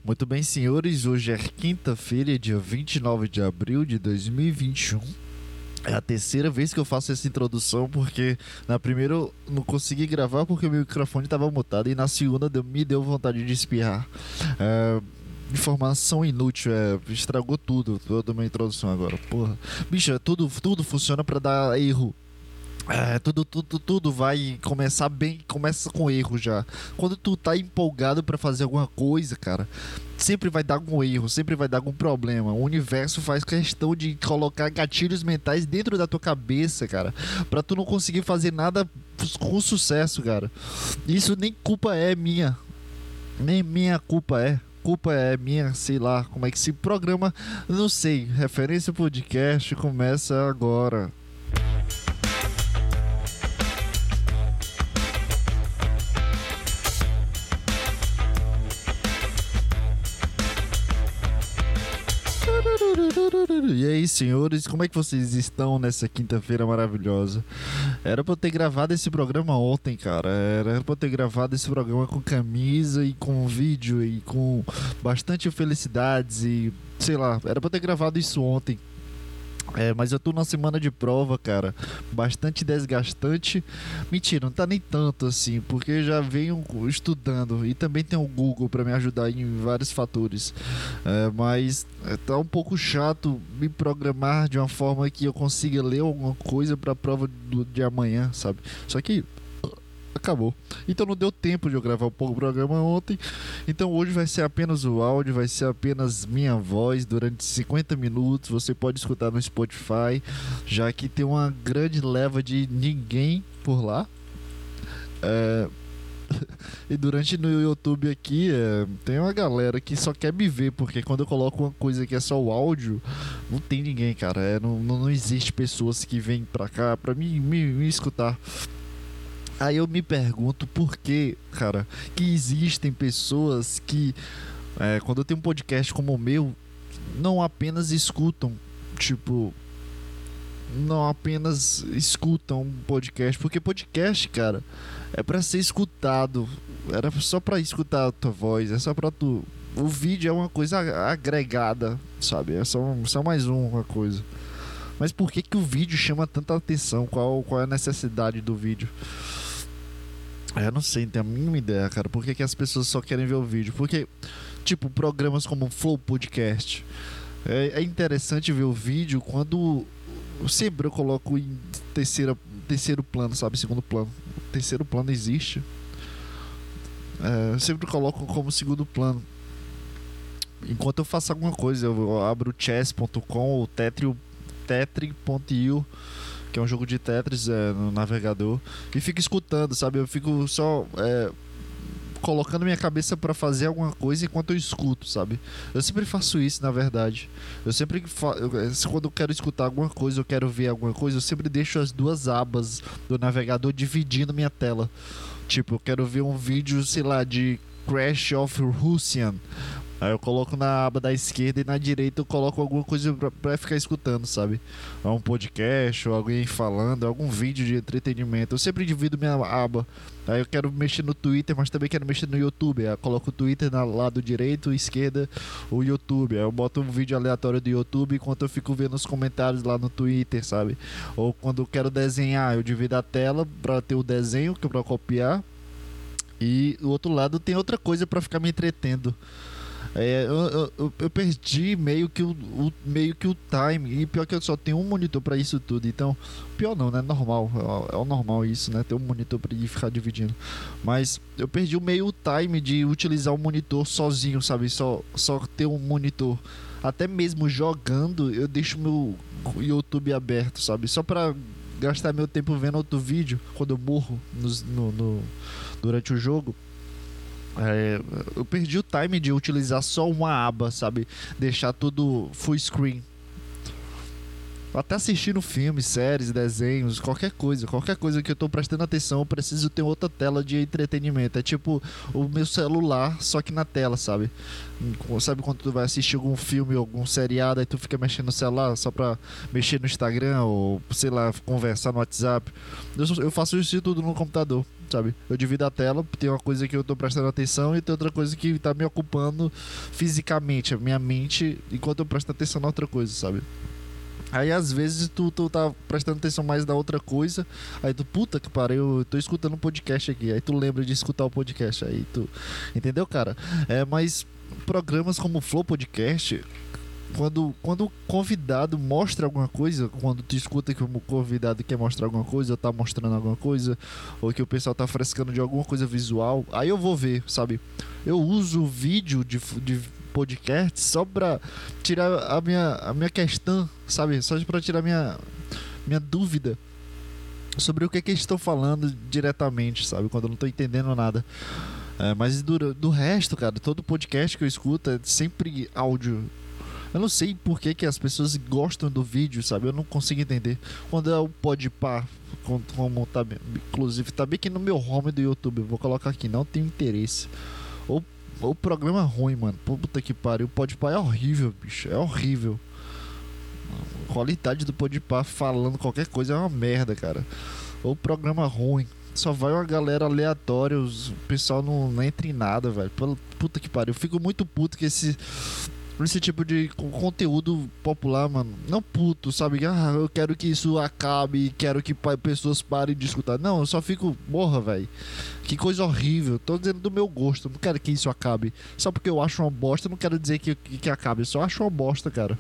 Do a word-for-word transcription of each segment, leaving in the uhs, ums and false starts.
Muito bem, senhores, hoje é quinta-feira, dia vinte e nove de abril de dois mil e vinte e um. É a terceira vez que eu faço essa introdução, porque na primeira eu não consegui gravar porque o meu microfone estava mutado, e na segunda deu, me deu vontade de espirrar. É, informação inútil, é, estragou tudo, toda a minha introdução agora, porra. Bicho, tudo, tudo funciona pra dar erro. É, tudo, tudo, tudo vai começar bem, começa com erro já. Quando tu tá empolgado pra fazer alguma coisa, cara, sempre vai dar algum erro, sempre vai dar algum problema. O universo faz questão de colocar gatilhos mentais dentro da tua cabeça, cara, pra tu não conseguir fazer nada com sucesso, cara. Isso nem culpa é minha, nem minha culpa é. Culpa é minha, sei lá, como é que se programa, não sei. Referência podcast começa agora. E aí, senhores, como é que vocês estão nessa quinta-feira maravilhosa? Era pra eu ter gravado esse programa ontem, cara. Era pra eu ter gravado esse programa com camisa e com vídeo e com bastante felicidades e sei lá. Era pra eu ter gravado isso ontem. É, mas eu tô numa semana de prova, cara, bastante desgastante. Mentira, não tá nem tanto assim, porque eu já venho estudando e também tem o Google pra me ajudar em vários fatores. É, mas tá um pouco chato me programar de uma forma que eu consiga ler alguma coisa pra prova do, de amanhã, sabe? Só que acabou. Então não deu tempo de eu gravar o programa ontem. Então hoje vai ser apenas o áudio, vai ser apenas minha voz durante cinquenta minutos. Você pode escutar no Spotify, já que tem uma grande leva de ninguém por lá. É... E durante no YouTube aqui é... tem uma galera que só quer me ver, porque quando eu coloco uma coisa que é só o áudio, não tem ninguém, cara. É... Não, não existe pessoas que vêm pra cá pra me, me, me escutar. Aí eu me pergunto por que, cara, que existem pessoas que, é, quando eu tenho um podcast como o meu, não apenas escutam, tipo, não apenas escutam um podcast, porque podcast, cara, é pra ser escutado, era só pra escutar a tua voz, é só pra tu... O vídeo é uma coisa agregada, sabe, é só, só mais uma coisa. Mas por que que o vídeo chama tanta atenção? Qual, qual é a necessidade do vídeo? Eu não sei, não tenho a mínima ideia, cara. Por que que as pessoas só querem ver o vídeo? Porque, tipo, programas como o Flow Podcast, é, é interessante ver o vídeo quando sempre eu coloco em terceira, terceiro plano, sabe? Segundo plano. O terceiro plano existe. É, eu sempre coloco como segundo plano. Enquanto eu faço alguma coisa, eu abro o chess ponto com ou tetri ponto io, que é um jogo de Tetris é, no navegador, e fico escutando, sabe? Eu fico só é, colocando minha cabeça pra fazer alguma coisa enquanto eu escuto, sabe? Eu sempre faço isso, na verdade. Eu sempre, fa... eu, quando eu quero escutar alguma coisa, eu quero ver alguma coisa, eu sempre deixo as duas abas do navegador dividindo minha tela. Tipo, eu quero ver um vídeo, sei lá, de Crash of Russian. Aí eu coloco na aba da esquerda e na direita eu coloco alguma coisa pra, pra ficar escutando, sabe? Um podcast ou alguém falando, algum vídeo de entretenimento. Eu sempre divido minha aba. Aí eu quero mexer no Twitter, mas também quero mexer no YouTube. Aí eu coloco o Twitter no lado direito, esquerda, o YouTube. Aí eu boto um vídeo aleatório do YouTube enquanto eu fico vendo os comentários lá no Twitter, sabe? Ou quando eu quero desenhar, eu divido a tela pra ter o desenho que é pra copiar. E o outro lado tem outra coisa pra ficar me entretendo. É, eu, eu, eu perdi meio que o, o, meio que o time. E pior que eu só tenho um monitor pra isso tudo. Então, pior não, né? Normal. É, é o normal isso, né? Ter um monitor pra ficar dividindo. Mas eu perdi o meio time de utilizar o monitor sozinho, sabe? Só, só ter um monitor. Até mesmo jogando, eu deixo meu YouTube aberto, sabe? Só pra gastar meu tempo vendo outro vídeo quando eu morro no, no, no, durante o jogo. É, eu perdi o time de utilizar só uma aba, sabe? Deixar tudo full screen. Até assistindo filmes, séries, desenhos, qualquer coisa. Qualquer coisa que eu tô prestando atenção, eu preciso ter outra tela de entretenimento. É tipo o meu celular, só que na tela, sabe? Sabe quando tu vai assistir algum filme, algum seriado, aí tu fica mexendo no celular só pra mexer no Instagram ou, sei lá, conversar no WhatsApp. Eu, eu faço isso tudo no computador, sabe? Eu divido a tela, tem uma coisa que eu tô prestando atenção e tem outra coisa que tá me ocupando fisicamente, a minha mente, enquanto eu presto atenção na outra coisa, sabe? Aí às vezes tu, tu tá prestando atenção mais na outra coisa, aí tu, puta que pariu, eu tô escutando um podcast aqui, aí tu lembra de escutar o podcast, aí tu... Entendeu, cara? É, mas programas como o Flow Podcast, quando, quando o convidado mostra alguma coisa, quando tu escuta que o convidado quer mostrar alguma coisa, ou tá mostrando alguma coisa, ou que o pessoal tá frescando de alguma coisa visual, aí eu vou ver, sabe? Eu uso o vídeo de... de podcast só pra tirar a minha, a minha questão, sabe? Só pra tirar a minha, minha dúvida sobre o que, que eles estão falando diretamente, sabe? Quando eu não tô entendendo nada. É, mas do, do resto, cara, todo podcast que eu escuto é sempre áudio. Eu não sei por que, que as pessoas gostam do vídeo, sabe? Eu não consigo entender. Quando é o Podpah, como tá, inclusive tá bem aqui no meu home do YouTube, eu vou colocar aqui, não tenho interesse. Ou o programa ruim, mano. Puta que pariu. O Podpah é horrível, bicho. É horrível. A qualidade do Podpah falando qualquer coisa é uma merda, cara. O programa ruim. Só vai uma galera aleatória. O pessoal não, não entra em nada, velho. Puta que pariu. Eu fico muito puto que esse... esse tipo de conteúdo popular, mano, não puto, sabe? Ah, eu quero que isso acabe, quero que pessoas parem de escutar. Não, eu só fico, morra, velho. Que coisa horrível. Tô dizendo do meu gosto, não quero que isso acabe. Só porque eu acho uma bosta, não quero dizer que, que, que acabe. Eu só acho uma bosta, cara.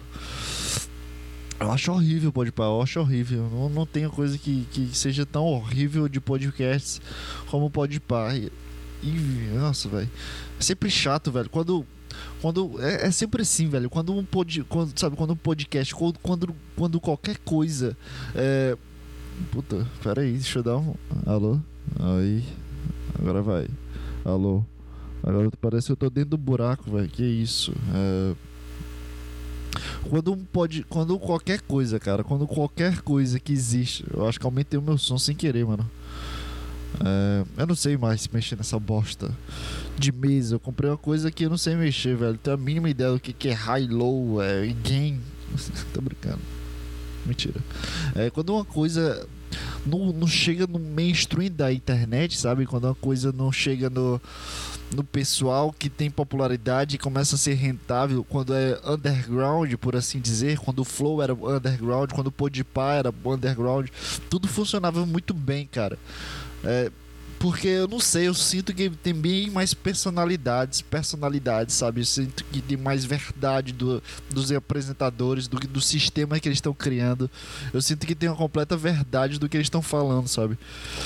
Eu acho horrível, Podpah, eu acho horrível. Não, não tenho coisa que, que seja tão horrível de podcasts como o Podpah. E, e, nossa, velho. É sempre chato, velho. Quando... Quando, é, é sempre assim, velho. Quando um pod, quando, sabe, quando um podcast, quando, quando, quando qualquer coisa. É... Puta, pera aí, deixa eu dar um. Alô? Aí. Agora vai. Alô? Agora parece que eu tô dentro do buraco, velho. Que isso? É... Quando um pode. Quando qualquer coisa, cara. Quando qualquer coisa que existe. Eu acho que aumentei o meu som sem querer, mano. É, eu não sei mais mexer nessa bosta de mesa. Eu comprei uma coisa que eu não sei mexer, velho. Tenho a mínima ideia do que, que é high, low, é gain. Tô brincando. Mentira. É, quando uma coisa não, não chega no mainstream da internet, sabe? Quando uma coisa não chega no, no pessoal que tem popularidade e começa a ser rentável, quando é underground, por assim dizer, quando o Flow era underground, quando o Podpah era underground, tudo funcionava muito bem, cara. É, porque eu não sei, eu sinto que tem bem mais personalidades, personalidades, sabe? Eu sinto que tem mais verdade do, dos apresentadores, do, do sistema que eles estão criando. Eu sinto que tem uma completa verdade do que eles estão falando, sabe?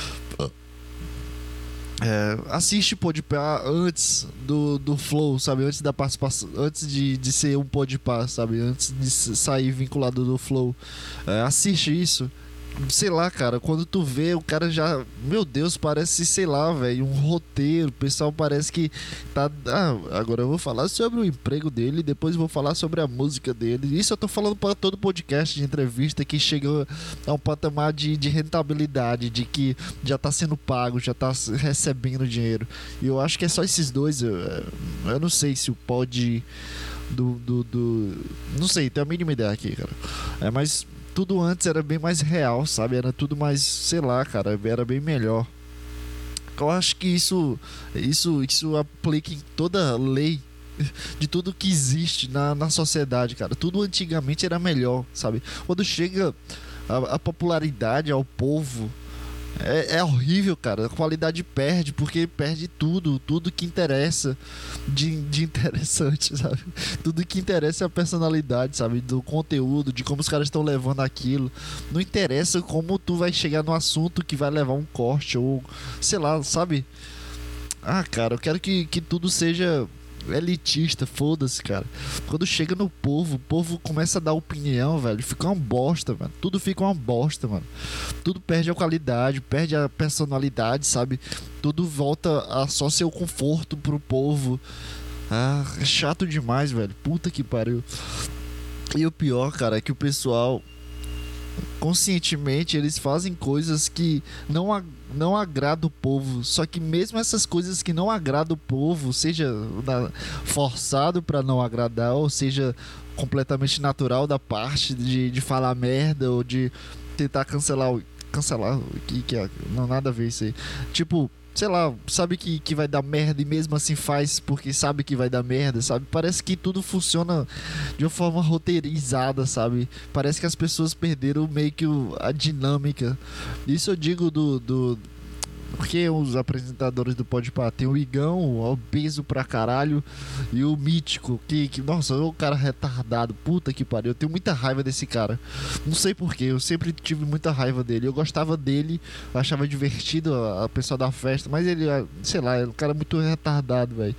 É, assiste Podpah antes do, do Flow, sabe? Antes da participação, antes de, de ser um Podpah, sabe? Antes de sair vinculado do Flow. É, assiste isso. Sei lá, cara, quando tu vê, o cara já... Meu Deus, parece, sei lá, velho, um roteiro. O pessoal parece que tá... Ah, agora eu vou falar sobre o emprego dele, depois eu vou falar sobre a música dele. Isso eu tô falando para todo podcast de entrevista que chega a um patamar de, de rentabilidade, de que já tá sendo pago, já tá recebendo dinheiro. E eu acho que é só esses dois. Eu, eu não sei se o pod... Do, do, do... Não sei, tenho a mínima ideia aqui, cara. É, mas... Tudo antes era bem mais real, sabe? Era tudo mais, sei lá, cara, era bem melhor. Eu acho que isso, isso, isso aplica em toda lei de tudo que existe na, na sociedade, cara. Tudo antigamente era melhor, sabe? Quando chega a, a popularidade ao povo, é, é horrível, cara. A qualidade perde, porque perde tudo, tudo que interessa de, de interessante, sabe? Tudo que interessa é a personalidade, sabe? Do conteúdo, de como os caras estão levando aquilo. Não interessa como tu vai chegar no assunto que vai levar um corte, ou sei lá, sabe? Ah, cara, eu quero que, que tudo seja elitista, foda-se, cara. Quando chega no povo, o povo começa a dar opinião, velho, fica uma bosta, mano. Tudo fica uma bosta, mano. Tudo perde a qualidade, perde a personalidade, sabe? Tudo volta a só ser o conforto pro povo. Ah, é chato demais, velho. Puta que pariu. E o pior, cara, é que o pessoal conscientemente eles fazem coisas que não, a, não agradam o povo. Só que mesmo essas coisas que não agradam o povo, seja na, forçado para não agradar, ou seja completamente natural da parte de, de falar merda ou de tentar cancelar o cancelar o que, que é, não nada a ver isso aí. Tipo, sei lá, sabe que, que vai dar merda e mesmo assim faz porque sabe que vai dar merda, sabe? Parece que tudo funciona de uma forma roteirizada, sabe? Parece que as pessoas perderam meio que o, a dinâmica. Isso eu digo do... do porque os apresentadores do Podpah tem o Igão, o obeso pra caralho, e o Mítico, que, que nossa, é um cara retardado, puta que pariu. Eu tenho muita raiva desse cara. Não sei porquê, eu sempre tive muita raiva dele. Eu gostava dele, eu achava divertido a, a pessoa da festa, mas ele, sei lá, é um cara muito retardado, velho.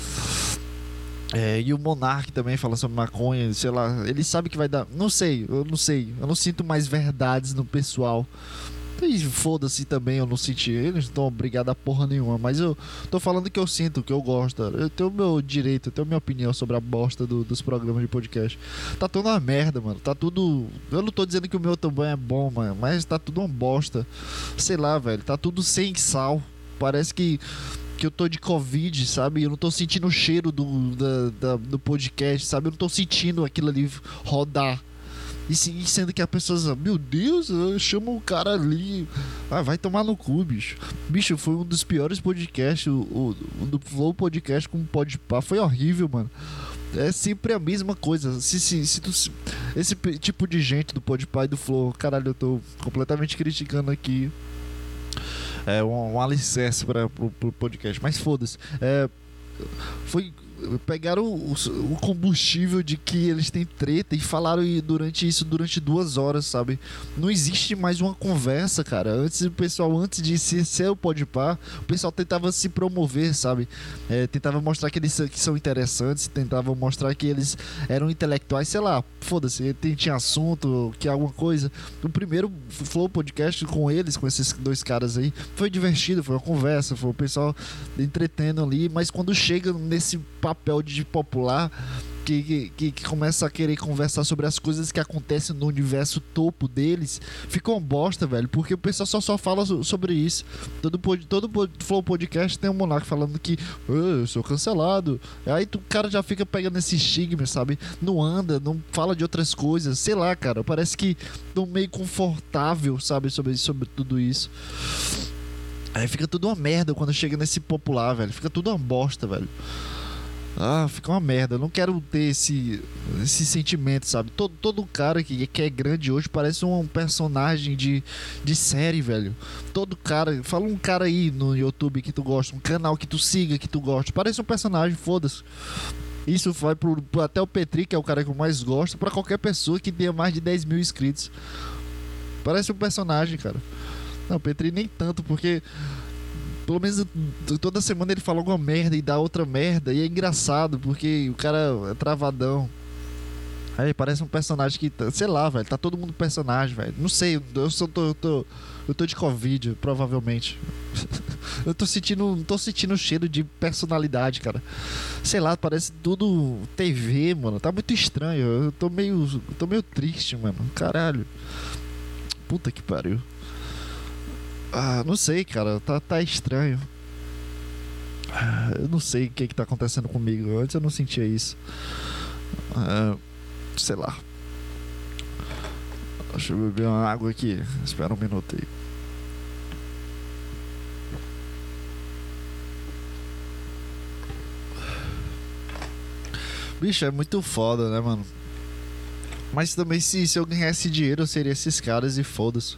É, e o Monark também fala sobre maconha, sei lá, ele sabe que vai dar. Não sei, eu não sei, eu não sinto mais verdades no pessoal. E foda-se também, eu não senti. Eles não estão obrigados a porra nenhuma. Mas eu tô falando que eu sinto, que eu gosto. Eu tenho o meu direito, eu tenho a minha opinião sobre a bosta do, dos programas de podcast. Tá tudo uma merda, mano. Tá tudo. Eu não tô dizendo que o meu também é bom, mano. Mas tá tudo uma bosta. Sei lá, velho. Tá tudo sem sal. Parece que. Que eu tô de Covid, sabe? Eu não tô sentindo o cheiro do, da, da, do podcast, sabe? Eu não tô sentindo aquilo ali rodar. E sendo que a pessoa, meu Deus, chama o cara ali. Ah, vai tomar no cu, bicho. Bicho, foi um dos piores podcasts. O, o, o do Flow Podcast com o Podpah foi horrível, mano. É sempre a mesma coisa. Se, se, se tu, se, esse tipo de gente do Podpah e do Flow, caralho, eu tô completamente criticando aqui. É um, um alicerce para pro, pro podcast, mas foda-se. É, foi. Pegaram o, o combustível de que eles têm treta e falaram durante isso durante duas horas, sabe? Não existe mais uma conversa, cara. Antes o pessoal, antes de ser, ser o Podpah, o pessoal tentava se promover, sabe? É, tentava mostrar que eles que são interessantes, tentava mostrar que eles eram intelectuais, sei lá, foda-se, tinha assunto, que alguma coisa. O primeiro Flow Podcast com eles, com esses dois caras aí, foi divertido, foi uma conversa, foi o pessoal entretendo ali, mas quando chega nesse papel de popular que, que, que começa a querer conversar sobre as coisas que acontecem no universo topo deles, fica uma bosta, velho, porque o pessoal só, só fala sobre isso. Todo, todo Flow Podcast tem um Monark falando que eu sou cancelado. Aí o cara já fica pegando esse estigma, sabe? Não anda, não fala de outras coisas, sei lá, cara, parece que estão meio confortável, sabe, sobre, sobre tudo isso. Aí fica tudo uma merda quando chega nesse popular, velho, fica tudo uma bosta, velho. Ah, fica uma merda. Eu não quero ter esse, esse sentimento, sabe? Todo, todo cara que, que é grande hoje parece um personagem de, de série, velho. Todo cara... Fala um cara aí no YouTube que tu gosta, um canal que tu siga, que tu gosta. Parece um personagem, foda-se. Isso vai pro, pro, até o Petri, que é o cara que eu mais gosto, pra qualquer pessoa que tenha mais de dez mil inscritos. Parece um personagem, cara. Não, o Petri nem tanto, porque... Pelo menos toda semana ele fala alguma merda e dá outra merda. E é engraçado, porque o cara é travadão. Aí parece um personagem que... Sei lá, velho. Tá todo mundo personagem, velho. Não sei, eu só tô... Eu tô, eu tô de Covid, provavelmente. Eu tô sentindo... Tô sentindo cheiro de personalidade, cara. Sei lá, parece tudo T V, mano. Tá muito estranho. Eu tô meio... Eu tô meio triste, mano. Caralho. Puta que pariu. Ah, não sei, cara, tá, tá estranho. Ah, eu não sei o que que tá acontecendo comigo. Antes eu não sentia isso. Ah, sei lá. Deixa eu beber uma água aqui. Espera um minuto aí. Bicho, é muito foda, né, mano? Mas também se, se eu ganhasse dinheiro, eu seria esses caras e foda-se.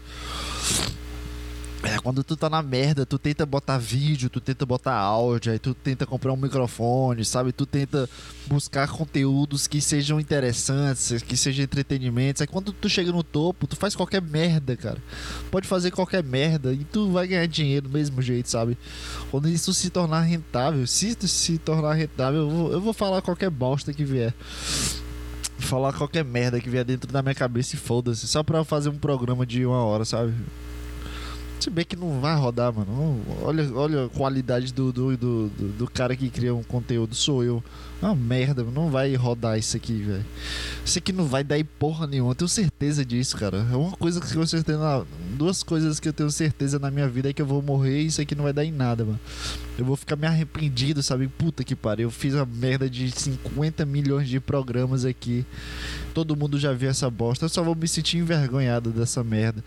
É, quando tu tá na merda, tu tenta botar vídeo, tu tenta botar áudio, aí tu tenta comprar um microfone, sabe? Tu tenta buscar conteúdos que sejam interessantes, que sejam entretenimentos. Aí quando tu chega no topo, tu faz qualquer merda, cara. Pode fazer qualquer merda e tu vai ganhar dinheiro do mesmo jeito, sabe? Quando isso se tornar rentável, se isso se tornar rentável, eu vou, eu vou falar qualquer bosta que vier. Falar qualquer merda que vier dentro da minha cabeça e foda-se. Só pra fazer um programa de uma hora, sabe? Se bem que não vai rodar, mano. Olha, olha a qualidade do, do, do, do cara que cria um conteúdo. Sou eu. É uma merda, não vai rodar isso aqui, velho. Isso aqui não vai dar em porra nenhuma. Eu tenho certeza disso, cara. É uma coisa que eu tenho certeza. Duas coisas que eu tenho certeza na minha vida é que eu vou morrer e isso aqui não vai dar em nada, mano. Eu vou ficar me arrependido, sabe? Puta que pariu. Eu fiz uma merda de cinquenta milhões de programas aqui. Todo mundo já viu essa bosta. Eu só vou me sentir envergonhado dessa merda.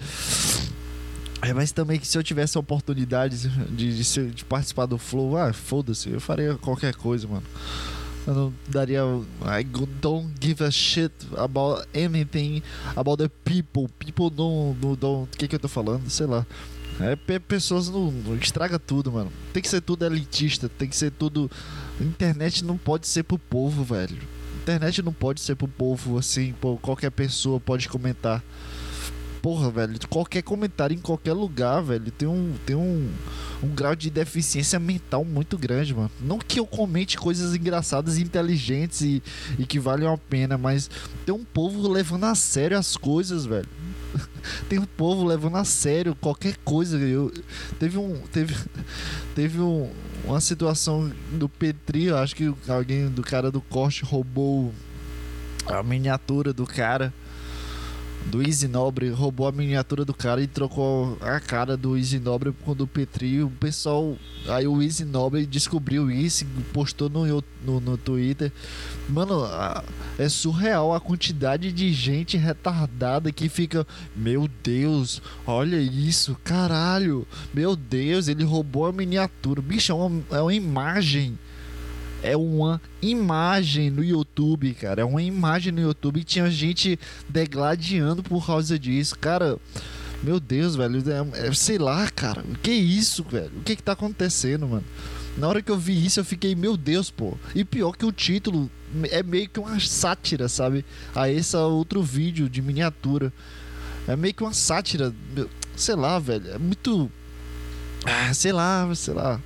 É, mas também que se eu tivesse a oportunidade de, de, de participar do Flow, ah, foda-se, eu faria qualquer coisa, mano. Eu não daria. I don't give a shit about anything about the people. People não. O que que eu tô falando? Sei lá. É, pessoas não, não estraga tudo, mano. Tem que ser tudo elitista, tem que ser tudo. Internet não pode ser pro povo, velho. Internet não pode ser pro povo assim, pô, qualquer pessoa pode comentar. Porra, velho, qualquer comentário em qualquer lugar, velho, tem um, tem um, um grau de deficiência mental muito grande, mano. Não que eu comente coisas engraçadas e inteligentes e, e que valham a pena, mas tem um povo levando a sério as coisas, velho. Tem um povo levando a sério qualquer coisa. Eu, teve um, teve, teve um, uma situação do Petri, eu acho que alguém do cara do corte roubou a miniatura do cara. Do Easy Nobre, roubou a miniatura do cara e trocou a cara do Easy Nobre com o do Petri. O pessoal, aí o Easy Nobre descobriu isso, postou no, no, no Twitter. Mano, é surreal a quantidade de gente retardada que fica: meu Deus, olha isso, caralho, meu Deus, ele roubou a miniatura. Bicho, é uma, é uma imagem. É uma imagem no YouTube, cara. É uma imagem no YouTube e tinha gente degladiando por causa disso. Cara, meu Deus, velho. É, é, sei lá, cara. O que é isso, velho? O que que tá acontecendo, mano? Na hora que eu vi isso, eu fiquei, meu Deus, pô. E pior que o título é meio que uma sátira, sabe? A esse outro vídeo de miniatura. É meio que uma sátira. Sei lá, velho. É muito... Ah, sei lá, sei lá.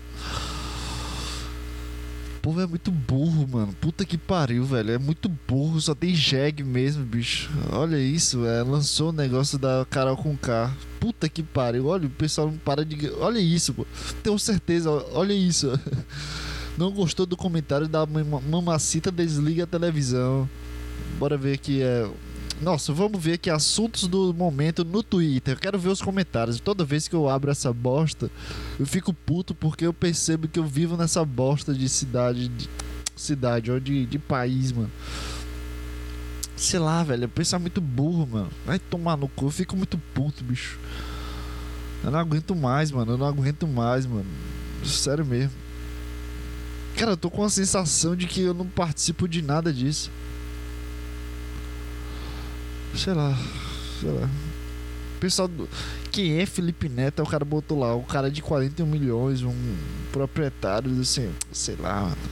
O povo é muito burro, mano. Puta que pariu, velho. É muito burro. Só tem jegue mesmo, bicho. Olha isso, é. Lançou o negócio da Carol com K. Puta que pariu. Olha, o pessoal não para de... Olha isso, pô. Tenho certeza. Olha isso. Não gostou do comentário da Mamacita? Desliga a televisão. Bora ver aqui. É... Nossa, vamos ver aqui assuntos do momento no Twitter. Eu quero ver os comentários. Toda vez que eu abro essa bosta, eu fico puto porque eu percebo que eu vivo nessa bosta de cidade, de cidade, ou de, de país, mano. Sei lá, velho, eu penso muito burro, mano. Vai tomar no cu, eu fico muito puto, bicho. Eu não aguento mais, mano. Eu não aguento mais, mano. Sério mesmo. Cara, eu tô com a sensação de que eu não participo de nada disso. Sei lá, sei lá. Pessoal do... Quem é Felipe Neto? O cara botou lá, o cara de quarenta e um milhões, um proprietário, assim, sei lá, mano.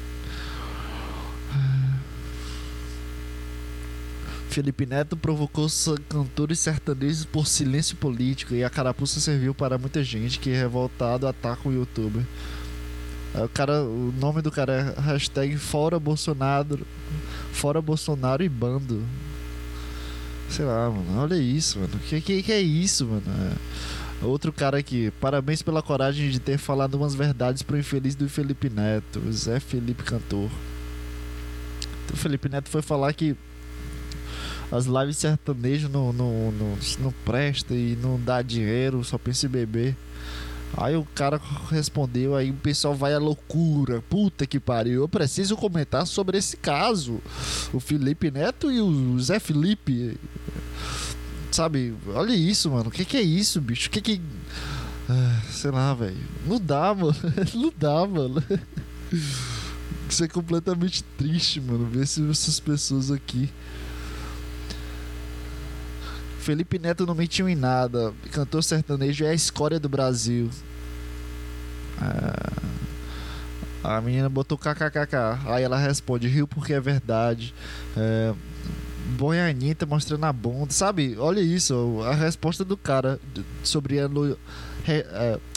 Felipe Neto provocou cantores sertanejos por silêncio político e a carapuça serviu para muita gente que revoltado ataca o youtuber. O cara, o nome do cara é hashtag Fora Bolsonaro, Fora Bolsonaro e Bando. Sei lá, mano, olha isso, mano. Que, que, que é isso, mano? É. Outro cara aqui, parabéns pela coragem de ter falado umas verdades pro infeliz do Felipe Neto, Zé Felipe Cantor. O Felipe Neto foi falar que as lives sertanejo não, não, não, não presta e não dá dinheiro, só pensa em beber. Aí o cara respondeu, aí o pessoal vai à loucura. Puta que pariu, eu preciso comentar sobre esse caso. O Felipe Neto e o Zé Felipe. Sabe, olha isso, mano. O que que é isso, bicho? O que que... Ah, sei lá, velho. Não dá, mano. Não dá, mano. Isso é completamente triste, mano. Ver essas pessoas aqui. Felipe Neto não mentiu em nada. Cantor sertanejo é a escória do Brasil. Ah, a menina botou kkkk. Aí ela responde: riu porque é verdade. É, Bom é a Anitta mostrando a bunda. Sabe? Olha isso. A resposta do cara sobre a, lo, re, é,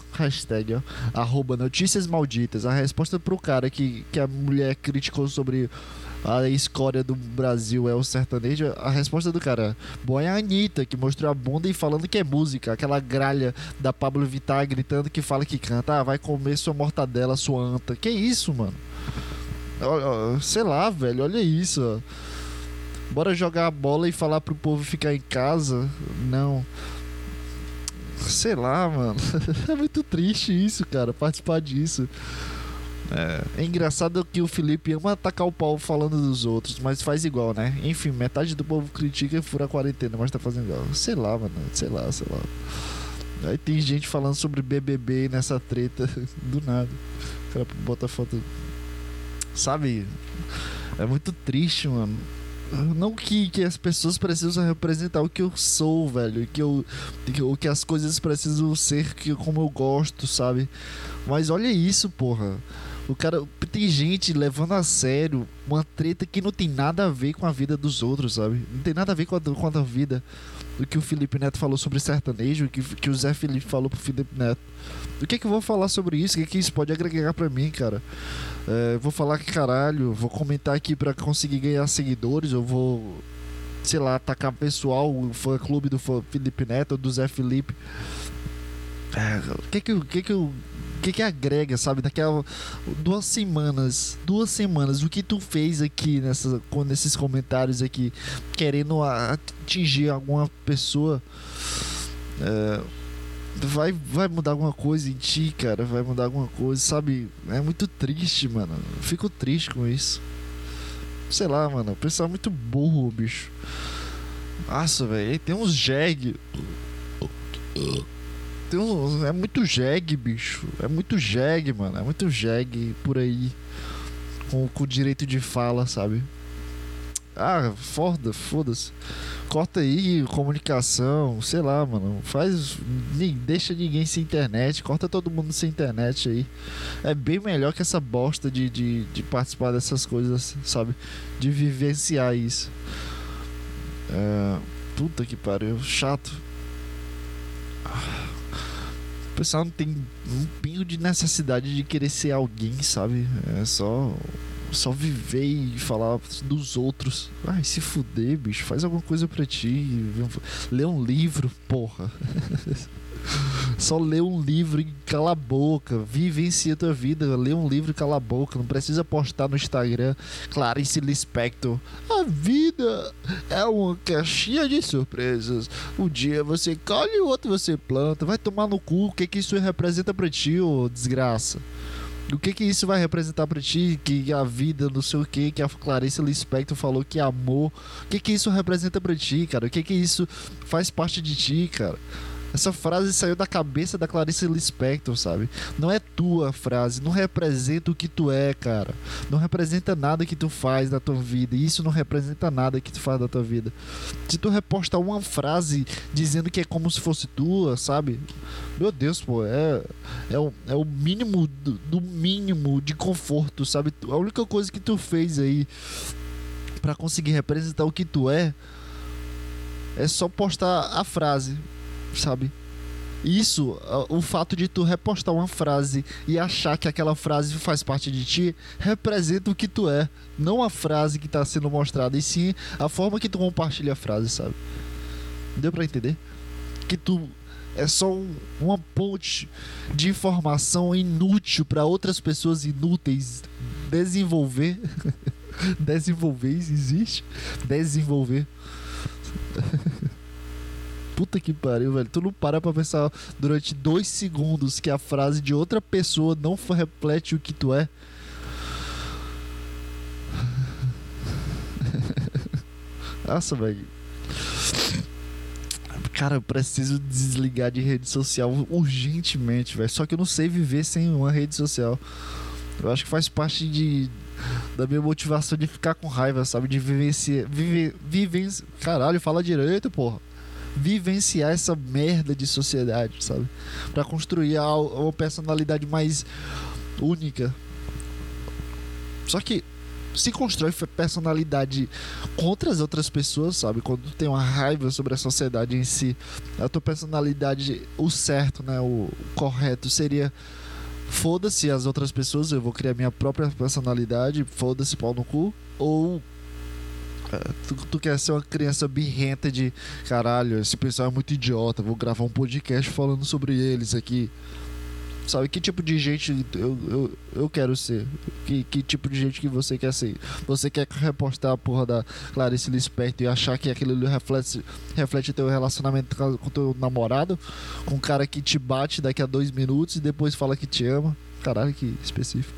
Hashtag, ó. Arroba notícias malditas. A resposta pro cara que, que a mulher criticou sobre a escória do Brasil é o sertanejo. A resposta do cara: bom, é a Anitta, que mostrou a bunda e falando que é música. Aquela gralha da Pablo Vittar gritando que fala que canta. Ah, vai comer sua mortadela, sua anta. Que isso, mano? Sei lá, velho, olha isso, ó. Bora jogar a bola e falar pro povo ficar em casa? Não. Sei lá, mano. É muito triste isso, cara, participar disso. É, é engraçado que o Felipe ama atacar o pau falando dos outros, mas faz igual, né? Enfim, metade do povo critica e fura a quarentena, mas tá fazendo igual. Sei lá, mano, sei lá, sei lá. Aí tem gente falando sobre B B B nessa treta, do nada. O cara bota foto... Sabe? É muito triste, mano. Não que, que as pessoas precisam representar o que eu sou, velho. Que eu, que, o que as coisas precisam ser que, como eu gosto, sabe? Mas olha isso, porra. O cara... Tem gente levando a sério uma treta que não tem nada a ver com a vida dos outros, sabe? Não tem nada a ver com a, com a vida. O que o Felipe Neto falou sobre sertanejo, o que, que o Zé Felipe falou pro Felipe Neto. O que é que eu vou falar sobre isso? O que é que isso pode agregar pra mim, cara? É, vou falar que caralho, vou comentar aqui pra conseguir ganhar seguidores, eu vou, sei lá, atacar pessoal, o fã clube do Felipe Neto ou do Zé Felipe. É, o que é que, o que, é que eu... O que que agrega, sabe? Daquela duas semanas, duas semanas, o que tu fez aqui nessa, nesses comentários aqui, querendo atingir alguma pessoa, é, vai, vai mudar alguma coisa em ti, cara? Vai mudar alguma coisa, sabe? É muito triste, mano. Fico triste com isso. Sei lá, mano. O pessoal é muito burro, bicho. Nossa, velho. Tem uns jegue. Tem um, é muito jegue, bicho. É muito jegue, mano. É muito jegue por aí. Com, com direito de fala, sabe? Ah, foda, foda-se. Corta aí, comunicação, sei lá, mano. Faz. Nem, deixa ninguém sem internet. Corta todo mundo sem internet aí. É bem melhor que essa bosta de, de, de participar dessas coisas, sabe? De vivenciar isso. É, puta que pariu. Chato. O pessoal não tem um pingo de necessidade de querer ser alguém, sabe? É só, só viver e falar dos outros. Ai, se fuder, bicho. Faz alguma coisa pra ti. Lê um livro, porra. Só lê um livro e cala a boca. Vivencia a tua vida. Lê um livro e cala a boca. Não precisa postar no Instagram Clarice Lispector: a vida é uma caixinha de surpresas. Um dia você colhe, o outro você planta. Vai tomar no cu. O que que isso representa pra ti, ô desgraça? O que que isso vai representar pra ti? Que a vida, não sei o que, que a Clarice Lispector falou que amor. O que que isso representa pra ti, cara? O que que isso faz parte de ti, cara? Essa frase saiu da cabeça da Clarice Lispector, sabe? Não é tua frase, não representa o que tu é, cara. Não representa nada que tu faz da tua vida. E isso não representa nada que tu faz da tua vida. Se tu repostar uma frase dizendo que é como se fosse tua, sabe? Meu Deus, pô, é, é, o, é o mínimo do, do mínimo de conforto, sabe? A única coisa que tu fez aí pra conseguir representar o que tu é é só postar a frase, sabe? Isso, o fato de tu repostar uma frase e achar que aquela frase faz parte de ti, representa o que tu é. Não a frase que tá sendo mostrada, e sim a forma que tu compartilha a frase, sabe? Deu pra entender? Que tu é só um, uma ponte de informação inútil pra outras pessoas inúteis desenvolver. Desenvolver, existe? Desenvolver. Puta que pariu, velho. Tu não para pra pensar durante dois segundos que a frase de outra pessoa não reflete o que tu é? Nossa, velho. Cara, eu preciso desligar de rede social urgentemente, velho. Só que eu não sei viver sem uma rede social. Eu acho que faz parte de, da minha motivação de ficar com raiva, sabe? De vivenciar... Vive, vivenci... Caralho, fala direito, porra. Vivenciar essa merda de sociedade, sabe? Pra construir uma personalidade mais única. Só que se constrói personalidade contra as outras pessoas, sabe? Quando tu tem uma raiva sobre a sociedade em si, a tua personalidade, o certo, né? O, o correto seria: foda-se as outras pessoas, eu vou criar minha própria personalidade, foda-se pau no cu. Ou Tu, tu quer ser uma criança birrenta de caralho, esse pessoal é muito idiota, vou gravar um podcast falando sobre eles aqui. Sabe que tipo de gente eu, eu, eu quero ser? Que, que tipo de gente que você quer ser? Você quer repostar a porra da Clarice Lispector e achar que aquilo ali reflete, reflete teu relacionamento com teu namorado? Com um cara que te bate daqui a dois minutos e depois fala que te ama? Caralho, que específico.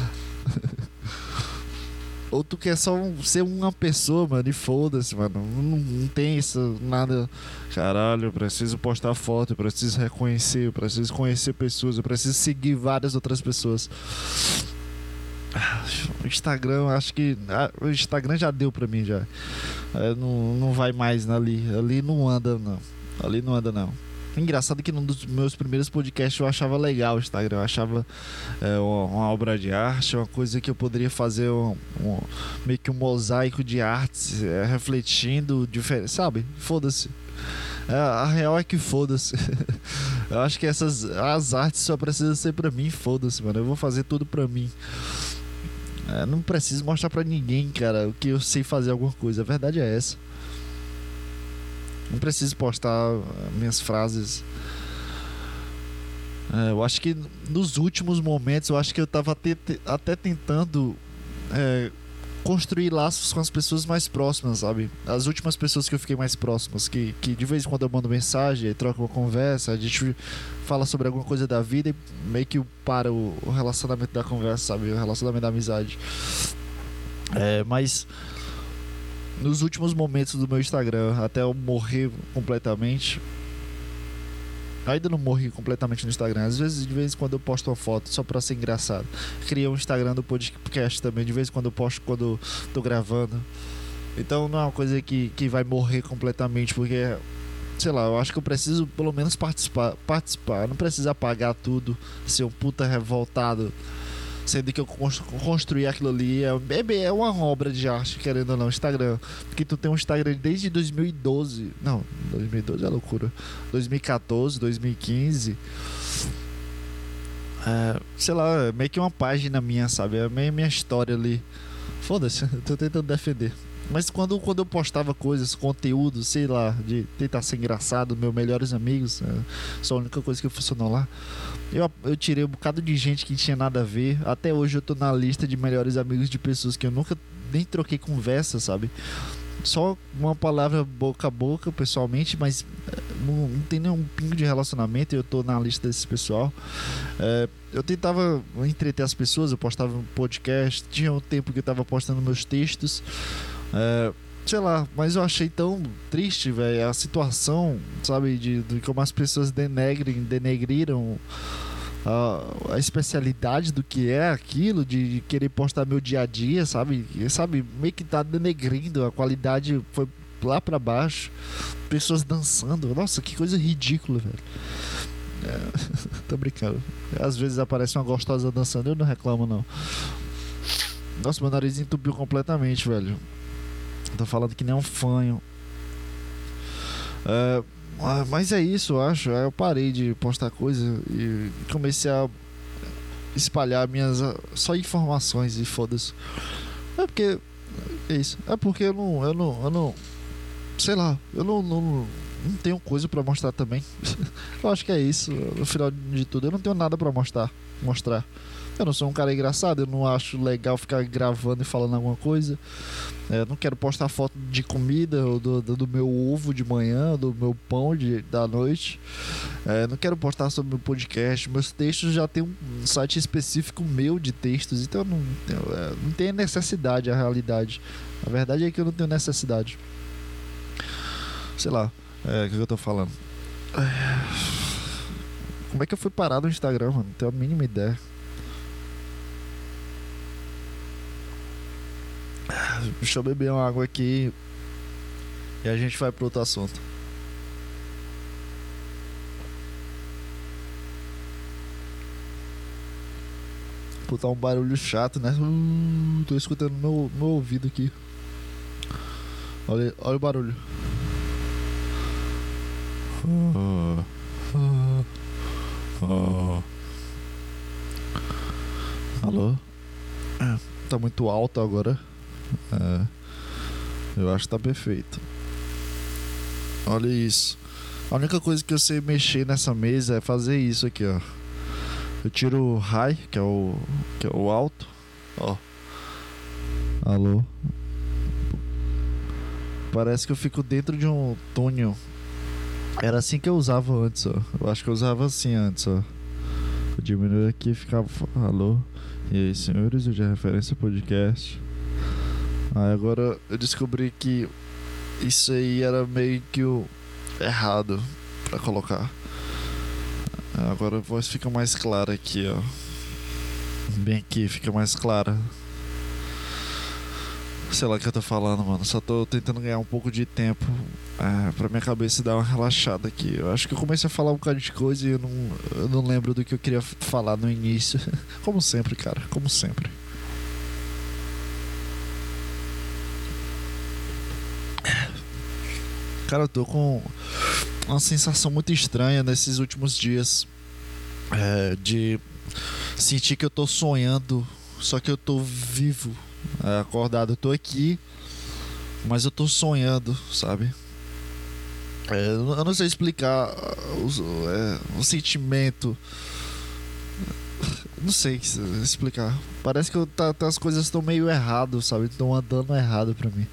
Ou tu quer só um, ser uma pessoa, mano, e foda-se, mano. Não, não tem isso, nada. Caralho, eu preciso postar foto, eu preciso reconhecer, eu preciso conhecer pessoas, eu preciso seguir várias outras pessoas. O Instagram, acho que. Ah, o Instagram já deu pra mim já. É, não, não vai mais ali. Ali não anda, não. Ali não anda, não. Engraçado que num dos meus primeiros podcasts eu achava legal o Instagram, eu achava é, uma, uma obra de arte, uma coisa que eu poderia fazer um, um, meio que um mosaico de artes, é, refletindo, diferente, sabe? Foda-se. É, a real é que foda-se. Eu acho que essas as artes só precisam ser pra mim, foda-se, mano. Eu vou fazer tudo pra mim. É, não preciso mostrar pra ninguém, cara, o que eu sei fazer alguma coisa. A verdade é essa. Não preciso postar minhas frases. É, eu acho que nos últimos momentos, eu acho que eu tava até, até tentando é, construir laços com as pessoas mais próximas, sabe? As últimas pessoas que eu fiquei mais próximas, que, que de vez em quando eu mando mensagem, troco uma conversa, a gente fala sobre alguma coisa da vida e meio que para o, o relacionamento da conversa, sabe? O relacionamento da amizade. É, mas nos últimos momentos do meu Instagram, até eu morrer completamente, ainda não morri completamente no Instagram. Às vezes, de vez em quando eu posto uma foto só pra ser engraçado. Criei um Instagram do podcast também, de vez em quando eu posto quando tô gravando. Então não é uma coisa que, que vai morrer completamente, porque, sei lá, eu acho que eu preciso pelo menos participar, participar. Não precisa apagar tudo, ser um puta revoltado, sendo que eu construí aquilo ali. É, é uma obra de arte, querendo ou não, Instagram. Porque tu tem um Instagram desde dois mil e doze. Não, dois mil e doze é loucura. dois mil e quatorze, dois mil e quinze. É, sei lá, é meio que uma página minha, sabe? É meio minha história ali. Foda-se, tô tentando defender. Mas quando, quando eu postava coisas, conteúdo, sei lá, de tentar ser engraçado, meus melhores amigos, é só a única coisa que funcionou lá. Eu, eu tirei um bocado de gente que tinha nada a ver. Até hoje eu tô na lista de melhores amigos de pessoas que eu nunca nem troquei conversa, sabe? Só uma palavra boca a boca, pessoalmente, mas não, não tem nenhum pingo de relacionamento. Eu tô na lista desse pessoal. É, eu tentava entreter as pessoas, eu postava um podcast. Tinha um tempo que eu tava postando meus textos. É, sei lá, mas eu achei tão triste, velho, a situação, sabe, de, de como as pessoas denegrem, denegriram a, a especialidade do que é aquilo, de, de querer postar meu dia a dia, sabe, e, sabe, meio que tá denegrindo, a qualidade foi lá pra baixo, pessoas dançando, nossa, que coisa ridícula, velho. É, tô brincando, às vezes aparece uma gostosa dançando, eu não reclamo não. Nossa, meu nariz entupiu completamente, velho. Tô falando que nem um fanho. É, mas é isso, eu acho. Eu parei de postar coisa e comecei a espalhar minhas só informações e foda-se. É porque é isso. É porque eu não, eu não, eu não, sei lá, eu não, não, não tenho coisa pra mostrar também. Eu acho que é isso. No final de tudo, eu não tenho nada pra mostrar, mostrar. Eu não sou um cara engraçado, eu não acho legal ficar gravando e falando alguma coisa. É, não quero postar foto de comida, ou do, do, do meu ovo de manhã, do meu pão de, da noite. É, não quero postar sobre meu podcast. Meus textos já tem um site específico meu de textos, então não, é, não tem necessidade, a realidade. A verdade é que eu não tenho necessidade. Sei lá, é, o que eu tô falando. Como é que eu fui parar no Instagram, mano? Não tenho a mínima ideia. Deixa eu beber uma água aqui e a gente vai para outro assunto. Botar um barulho chato, né? Uh, tô escutando no meu, meu ouvido aqui. Olha, olha o barulho. Uh, uh, uh. Alô? É, tá muito alto agora. É, eu acho que tá perfeito. Olha isso. A única coisa que eu sei mexer nessa mesa é fazer isso aqui, ó. Eu tiro o high, que é o, que é o alto. Ó. Alô? Parece que eu fico dentro de um túnel. Era assim que eu usava antes, ó. Eu acho que eu usava assim antes, ó. Eu diminuo aqui e ficava... Alô? E aí, senhores, o de referência podcast. Aí agora eu descobri que isso aí era meio que o errado pra colocar. Agora a voz fica mais clara aqui, ó. Bem aqui, fica mais clara. Sei lá o que eu tô falando, mano. Só tô tentando ganhar um pouco de tempo é, pra minha cabeça dar uma relaxada aqui. Eu acho que eu comecei a falar um bocado de coisa e eu não, eu não lembro do que eu queria falar no início. Como sempre, cara. Como sempre. Cara, eu tô com uma sensação muito estranha nesses últimos dias. É, de sentir que eu tô sonhando, só que eu tô vivo. É, acordado, eu tô aqui, mas eu tô sonhando, sabe? É, eu não sei explicar o, é, o sentimento. Não sei explicar. Parece que eu, tá, tá, as coisas estão meio errado, sabe? Estão andando errado pra mim.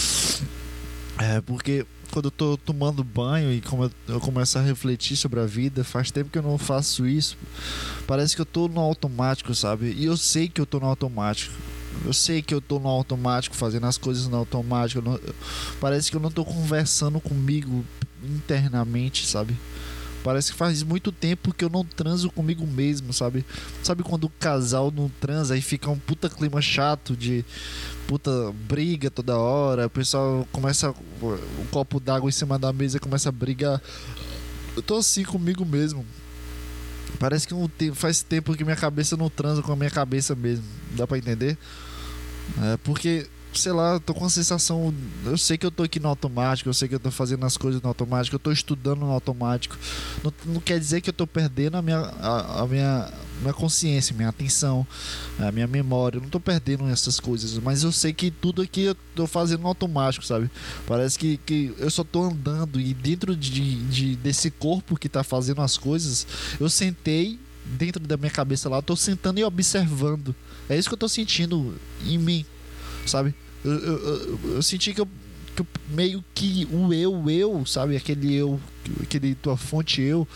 É, porque quando eu tô tomando banho e como eu, eu começo a refletir sobre a vida, faz tempo que eu não faço isso. Parece que eu tô no automático, sabe? E eu sei que eu tô no automático. Eu sei que eu tô no automático, fazendo as coisas no automático. Não, parece que eu não tô conversando comigo internamente, sabe? Parece que faz muito tempo que eu não transo comigo mesmo, sabe? Sabe quando o casal não transa e fica um puta clima chato de puta briga toda hora, o pessoal começa um copo d'água em cima da mesa e começa a brigar. Eu tô assim comigo mesmo. Parece que não tem, faz tempo que minha cabeça não transa com a minha cabeça mesmo. Dá pra entender? É porque, sei lá, eu tô com a sensação. Eu sei que eu tô aqui no automático, eu sei que eu tô fazendo as coisas no automático, eu tô estudando no automático. Não, não quer dizer que eu tô perdendo a minha, a, a minha, minha consciência, minha atenção, a minha memória. Eu não tô perdendo essas coisas, mas eu sei que tudo aqui eu tô fazendo no automático, sabe? Parece que, que eu só tô andando e dentro de, de, desse corpo que tá fazendo as coisas, eu sentei dentro da minha cabeça lá, eu tô sentando e observando. É isso que eu tô sentindo em mim, sabe? Eu, eu, eu, eu senti que eu, que eu meio que o eu, eu, sabe? Aquele eu, aquele tua fonte eu,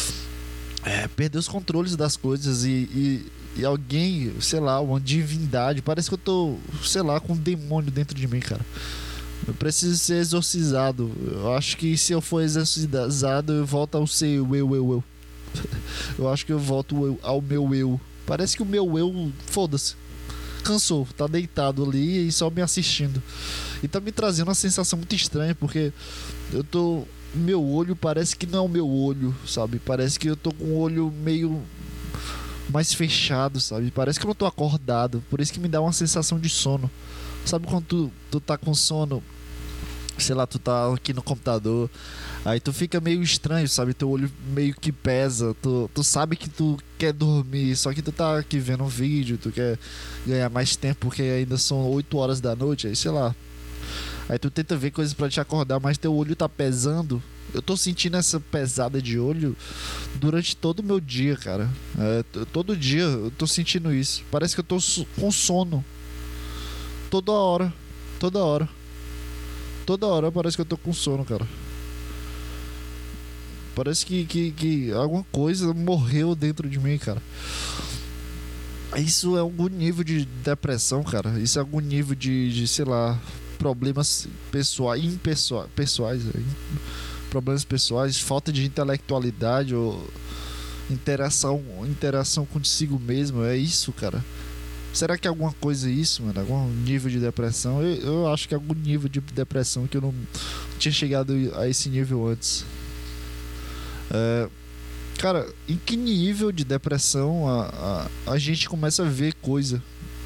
é, perdeu os controles das coisas e, e, e alguém, sei lá, uma divindade, parece que eu tô, sei lá, com um demônio dentro de mim, cara. Eu preciso ser exorcizado. Eu acho que se eu for exorcizado, eu volto ao ser o eu, eu, eu. Eu acho que eu volto ao meu eu. Parece que o meu eu, foda-se, cansou, tá deitado ali e só me assistindo. E tá me trazendo uma sensação muito estranha, porque eu tô... Meu olho parece que não é o meu olho, sabe? Parece que eu tô com o olho meio mais fechado, sabe? Parece que eu não tô acordado. Por isso que me dá uma sensação de sono. Sabe quando tu, tu tá com sono, sei lá, tu tá aqui no computador, aí tu fica meio estranho, sabe? Teu olho meio que pesa, tu, tu sabe que tu quer dormir, só que tu tá aqui vendo um vídeo, tu quer ganhar mais tempo porque ainda são oito horas da noite, aí sei lá. Aí tu tenta ver coisas pra te acordar, mas teu olho tá pesando. Eu tô sentindo essa pesada de olho durante todo o meu dia, cara. É, todo dia eu tô sentindo isso. Parece que eu tô com sono. Toda hora. Toda hora. Toda hora parece que eu tô com sono, cara. Parece que, que, que alguma coisa morreu dentro de mim, cara. Isso é algum nível de depressão, cara. Isso é algum nível de, de sei lá, problemas pessoais, impessoais, pessoais, problemas pessoais, falta de intelectualidade ou interação, interação consigo mesmo. É isso, cara. Será que é alguma coisa isso, mano? Algum nível de depressão? Eu, eu acho que é algum nível de depressão que eu não tinha chegado a esse nível antes. É, Cara, em que nível de depressão a, a, a gente começa a ver coisa?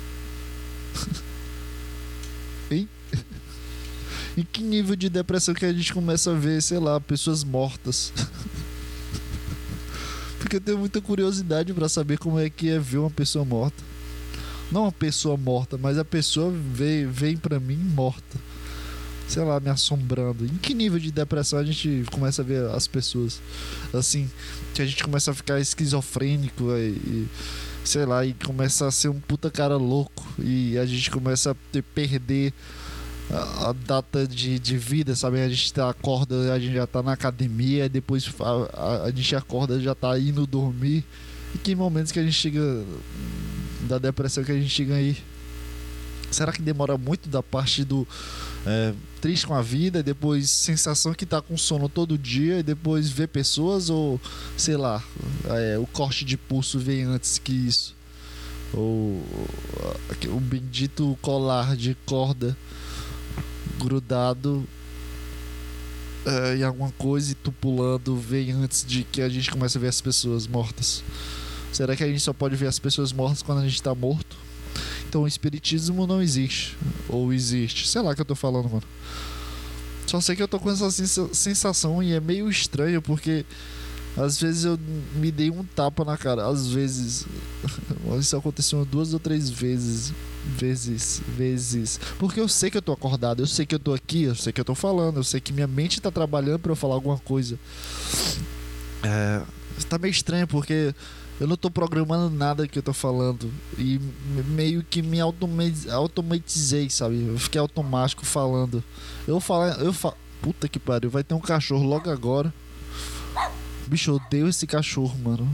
Hein? Em que nível de depressão que a gente começa a ver, sei lá, pessoas mortas? Porque eu tenho muita curiosidade pra saber como é que é ver uma pessoa morta. Não uma pessoa morta, mas a pessoa vem, vem pra mim morta. Sei lá, me assombrando. Em que nível de depressão a gente começa a ver as pessoas? Assim, que a gente começa a ficar esquizofrênico e, e sei lá, e começa a ser um puta cara louco. E a gente começa a ter, perder a, a data de, de vida, sabe? A gente tá, acorda, a gente já tá na academia, depois a, a, a gente acorda, já tá indo dormir. E que momentos que a gente chega da depressão que a gente chega aí? Será que demora muito da parte do é, triste com a vida, e depois sensação que tá com sono todo dia, e depois ver pessoas, ou sei lá, é, o corte de pulso vem antes que isso, ou o bendito colar de corda grudado é, em alguma coisa e tu pulando vem antes de que a gente comece a ver as pessoas mortas? Será que a gente só pode ver as pessoas mortas quando a gente tá morto? Então o espiritismo não existe. Ou existe. Sei lá que eu tô falando, mano. Só sei que eu tô com essa sensação e é meio estranho, porque às vezes eu me dei um tapa na cara. Às vezes. Isso aconteceu duas ou três vezes. Vezes, vezes. Porque eu sei que eu tô acordado, eu sei que eu tô aqui, eu sei que eu tô falando, eu sei que minha mente tá trabalhando pra eu falar alguma coisa. É. Tá meio estranho porque eu não tô programando nada que eu tô falando. E meio que me automatizei, sabe? Eu fiquei automático falando. Eu falo. Eu falo. Puta que pariu, vai ter um cachorro logo agora. Bicho, eu odeio esse cachorro, mano.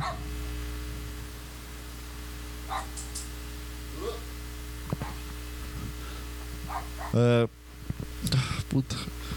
É. Puta.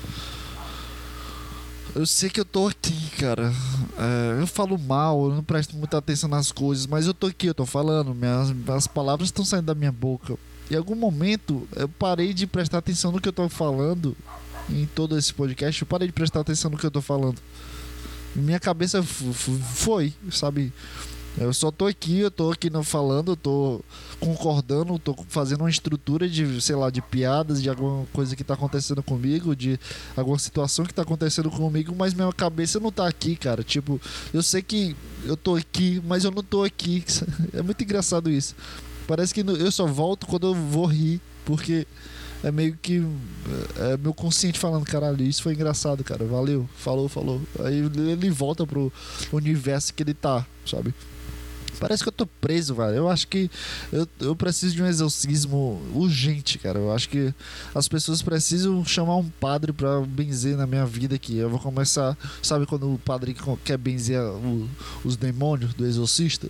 Eu sei que eu tô aqui, cara. É, eu falo mal, eu não presto muita atenção nas coisas, mas eu tô aqui, eu tô falando. Minhas, as palavras estão saindo da minha boca. Em algum momento, eu parei de prestar atenção no que eu tô falando. Em todo esse podcast, eu parei de prestar atenção no que eu tô falando. Minha cabeça f- f- foi, sabe? Eu só tô aqui, eu tô aqui não falando, eu tô concordando, tô fazendo uma estrutura de, sei lá, de piadas, de alguma coisa que tá acontecendo comigo, de alguma situação que tá acontecendo comigo, mas minha cabeça não tá aqui, cara. Tipo, eu sei que eu tô aqui, mas eu não tô aqui. É muito engraçado isso. Parece que eu só volto quando eu vou rir, porque é meio que é meu consciente falando, caralho, isso foi engraçado, cara, valeu, falou, falou. Aí ele volta pro universo que ele tá, sabe? Parece que eu tô preso, velho. Eu acho que eu, eu preciso de um exorcismo urgente, cara. Eu acho que as pessoas precisam chamar um padre pra benzer na minha vida aqui. Eu vou começar... Sabe quando o padre quer benzer o, os demônios do exorcista?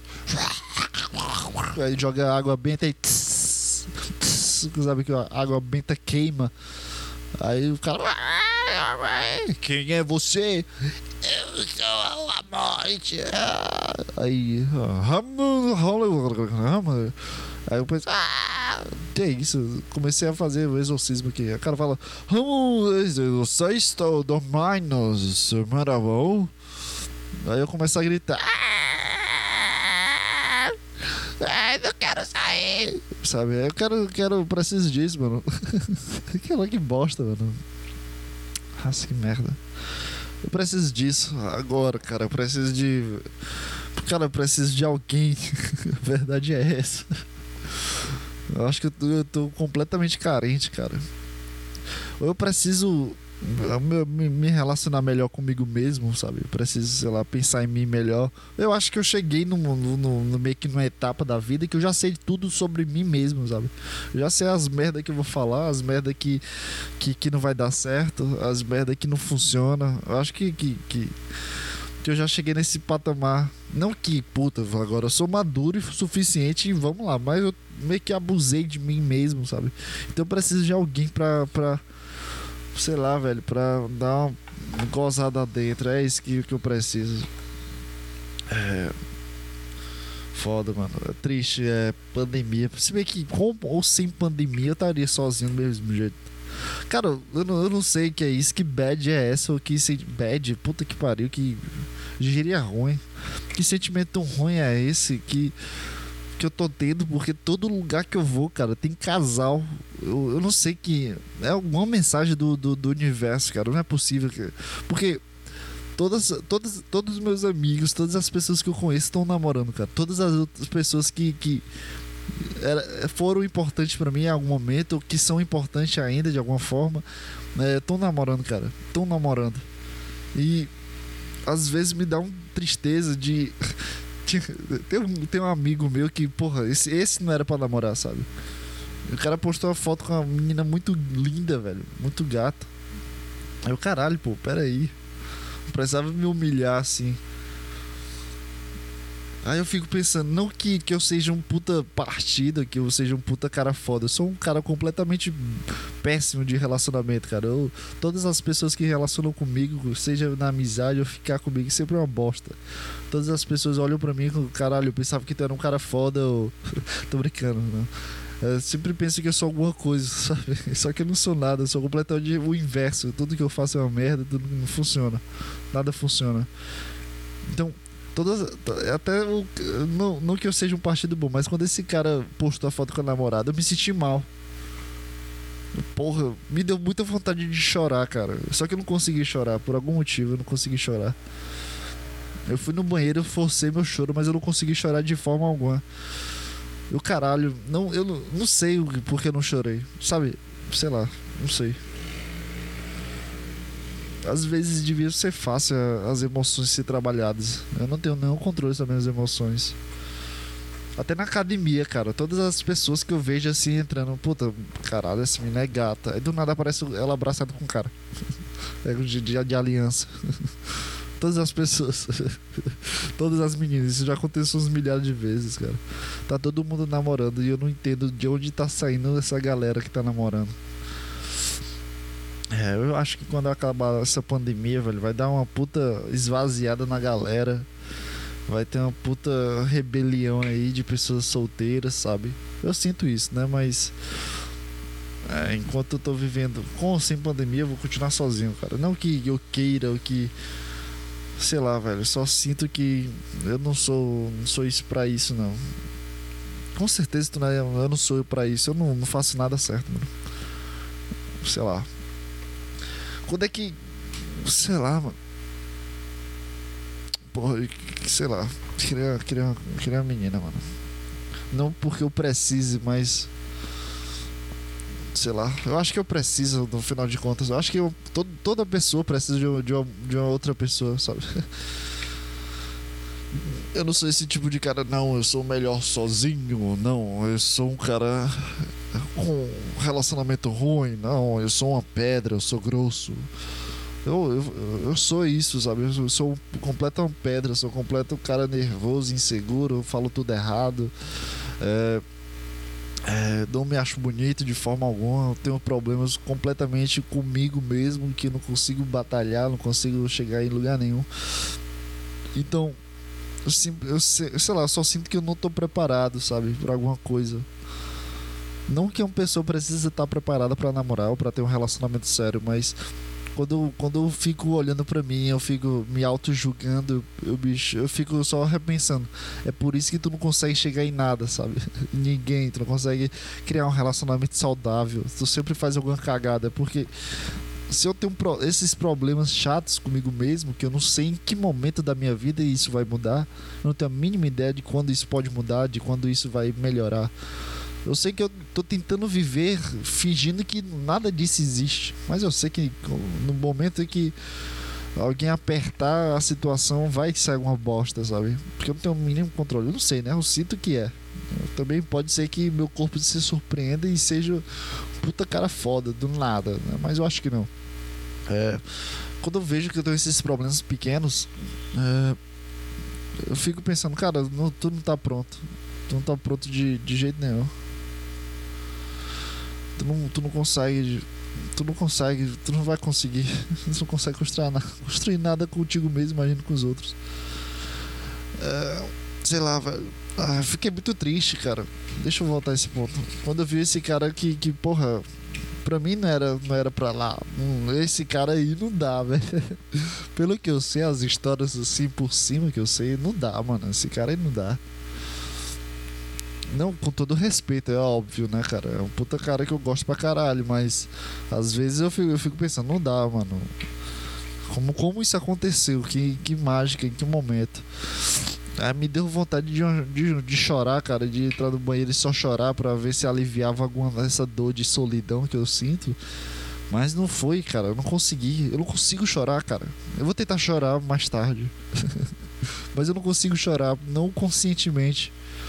Aí joga água benta e... Tss, tss, sabe que a água benta queima. Aí o cara... Quem é você? Eu sou a morte. Aí... Aí eu pensei... Ah, que é isso? Comecei a fazer o exorcismo aqui. O cara fala... Você está dormindo, seu maravão? Aí eu começo a gritar... Ai, não quero sair. Sabe? Eu quero, quero, preciso disso, mano. Que, que bosta, mano. Nossa, que merda. Eu preciso disso agora, cara. Eu preciso de... Cara, eu preciso de alguém. A verdade é essa. Eu acho que eu tô, eu tô completamente carente, cara. Ou eu preciso me, me relacionar melhor comigo mesmo, sabe? Eu preciso, sei lá, pensar em mim melhor. Eu acho que eu cheguei no, no, no, no meio que numa etapa da vida que eu já sei tudo sobre mim mesmo, sabe? Eu já sei as merdas que eu vou falar, as merdas que, que, que não vai dar certo, as merdas que não funcionam. Eu acho que, que, que, que eu já cheguei nesse patamar. Não que, puta, agora eu sou maduro e o suficiente e vamos lá, mas eu meio que abusei de mim mesmo, sabe? Então eu preciso de alguém pra... pra sei lá, velho, pra dar uma gozada dentro. É isso que, que eu preciso. É... Foda, mano. É triste, é pandemia. Se bem que com ou sem pandemia eu estaria sozinho do mesmo jeito. Cara, eu não, eu não sei que é isso, que bad é essa, ou que isso é bad, puta que pariu, que Gíria ruim. Que sentimento ruim é esse que, que eu tô tendo? Porque todo lugar que eu vou, cara, tem casal. Eu, eu não sei que... É alguma mensagem do, do, do universo, cara. Não é possível. Que, porque... Todas, todas, todos os meus amigos, todas as pessoas que eu conheço estão namorando, cara. Todas as outras pessoas que, que era, foram importantes pra mim em algum momento, ou que são importantes ainda de alguma forma, estão né, namorando, cara. Estão namorando. E às vezes me dá uma tristeza de. Tem um, tem um amigo meu que, porra, esse, esse não era pra namorar, sabe? O cara postou uma foto com uma menina muito linda, velho. Muito gata. Aí eu, caralho, pô, peraí. Precisava me humilhar assim. Aí eu fico pensando, não que, que eu seja um puta partida, que eu seja um puta cara foda. Eu sou um cara completamente péssimo de relacionamento, cara. Eu, todas as pessoas que relacionam comigo, seja na amizade ou ficar comigo, sempre é uma bosta. Todas as pessoas olham pra mim com caralho, eu pensava que tu era um cara foda ou... Tô brincando, não. Eu sempre penso que eu sou alguma coisa, sabe? Só que eu não sou nada, eu sou completamente o inverso. Tudo que eu faço é uma merda, tudo não funciona. Nada funciona. Então, todas. Até o, não, não que eu seja um partido bom, mas quando esse cara postou a foto com a namorada, eu me senti mal. Porra, me deu muita vontade de chorar, cara. Só que eu não consegui chorar, por algum motivo eu não consegui chorar. Eu fui no banheiro, eu forcei meu choro, mas eu não consegui chorar de forma alguma. Eu, caralho, não, eu não, não sei por que eu não chorei. Sabe? Sei lá, não sei. Às vezes devia ser fácil as emoções ser trabalhadas. Eu não tenho nenhum controle sobre as minhas emoções. Até na academia, cara. Todas as pessoas que eu vejo assim entrando, puta, caralho, essa menina é gata. Aí do nada aparece ela abraçada com o cara. É de, de, de aliança. Todas as pessoas. Todas as meninas. Isso já aconteceu uns milhares de vezes, cara. Tá todo mundo namorando e eu não entendo de onde tá saindo essa galera que tá namorando. É, eu acho que quando acabar essa pandemia, velho, vai dar uma puta esvaziada na galera. Vai ter uma puta rebelião aí de pessoas solteiras, sabe? Eu sinto isso, né? Mas é, enquanto eu tô vivendo com ou sem pandemia, eu vou continuar sozinho, cara. Não que eu queira, ou que... Sei lá, velho, eu só sinto que eu não sou, não sou isso pra isso, não. Com certeza tu não é, eu não sou pra isso, eu não, não faço nada certo, mano. Sei lá. Quando é que... Sei lá, mano. Porra, sei lá. Queria, queria, queria uma menina, mano. Não porque eu precise, mas... Sei lá, eu acho que eu preciso, no final de contas. Eu acho que eu, todo, toda pessoa precisa de uma, de, uma, de uma outra pessoa, sabe? Eu não sou esse tipo de cara, não, eu sou melhor sozinho, não, eu sou um cara com um relacionamento ruim, não, eu sou uma pedra, eu sou grosso. Eu, eu, eu sou isso, sabe? Eu sou um completo pedra, eu sou um completo cara nervoso, inseguro, eu falo tudo errado. É... É, não me acho bonito de forma alguma. Eu tenho problemas completamente comigo mesmo, que não consigo batalhar, não consigo chegar em lugar nenhum. Então eu, eu sei, sei lá, eu só sinto que eu não tô preparado, sabe, pra alguma coisa. Não que uma pessoa precise estar preparada pra namorar ou pra ter um relacionamento sério, mas Quando, quando eu fico olhando pra mim, eu fico me auto-julgando, eu, bicho, eu fico só repensando. É por isso que tu não consegue chegar em nada, sabe? Ninguém, tu não consegue criar um relacionamento saudável. Tu sempre faz alguma cagada. Porque se eu tenho pro, esses problemas chatos comigo mesmo, que eu não sei em que momento da minha vida isso vai mudar, eu não tenho a mínima ideia de quando isso pode mudar, de quando isso vai melhorar. Eu sei que eu tô tentando viver fingindo que nada disso existe, mas eu sei que no momento em que alguém apertar a situação vai sair uma bosta, sabe? Porque eu não tenho o mínimo controle. Eu não sei, né? Eu sinto que é. Também pode ser que meu corpo se surpreenda e seja puta cara foda do nada, né? Mas eu acho que não. É, quando eu vejo que eu tenho esses problemas pequenos, é, eu fico pensando, cara, não, tu não tá pronto. Tu não tá pronto de, de jeito nenhum. Tu não, tu não consegue. Tu não consegue. Tu não vai conseguir. Tu não consegue construir nada, construir nada contigo mesmo, imagina com os outros. É, sei lá, velho. Ah, fiquei muito triste, cara. Deixa eu voltar a esse ponto. Quando eu vi esse cara que, que porra, Pra mim não era, não era pra lá. Hum, esse cara aí não dá, velho. Pelo que eu sei, as histórias assim por cima que eu sei, não dá, mano. Esse cara aí não dá. Não, com todo respeito, é óbvio, né, cara? É um puta cara que eu gosto pra caralho, mas às vezes eu fico, eu fico pensando, não dá, mano. Como, como isso aconteceu? Que, que mágica, em que momento? Aí me deu vontade de, de, de chorar, cara, de entrar no banheiro e só chorar pra ver se aliviava alguma dessa dor de solidão que eu sinto. Mas não foi, cara, eu não consegui. Eu não consigo chorar, cara. Eu vou tentar chorar mais tarde. Mas eu não consigo chorar, não conscientemente.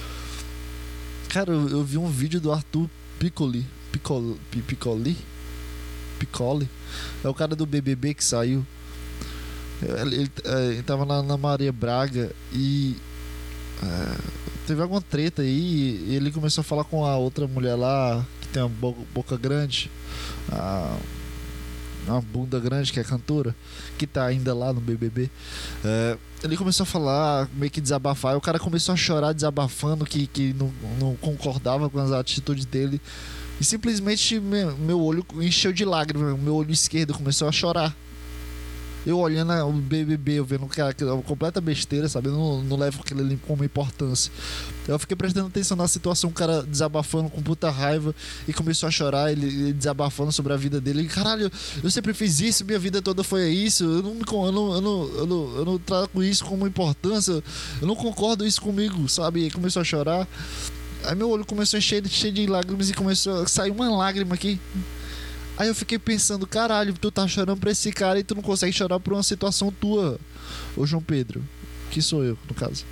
Cara, eu, eu vi um vídeo do Arthur Piccoli. Piccoli? Piccoli? Piccoli? É o cara do B B B que saiu. Ele, ele, ele tava na, na Maria Braga e é, teve alguma treta aí e ele começou a falar com a outra mulher lá que tem uma boca, boca grande, a, uma bunda grande, que é cantora, que tá ainda lá no B B B. É, ele começou a falar, meio que desabafar, e o cara começou a chorar desabafando que, que não, não concordava com as atitudes dele. E simplesmente meu, meu olho encheu de lágrimas, meu olho esquerdo começou a chorar. Eu olhando o B B B, eu vendo que é uma completa besteira, sabe? Eu não, não levo aquilo ali como importância. Eu fiquei prestando atenção na situação, o cara desabafando com puta raiva e começou a chorar, ele, ele desabafando sobre a vida dele. E, caralho, eu sempre fiz isso, minha vida toda foi isso, eu não, eu não, eu não, eu não, eu não trago isso como importância, eu não concordo isso comigo, sabe? E começou a chorar. Aí meu olho começou a encher cheio de lágrimas e começou a sair uma lágrima aqui. Aí eu fiquei pensando, caralho, tu tá chorando pra esse cara e tu não consegue chorar por uma situação tua, ô João Pedro, que sou eu, no caso.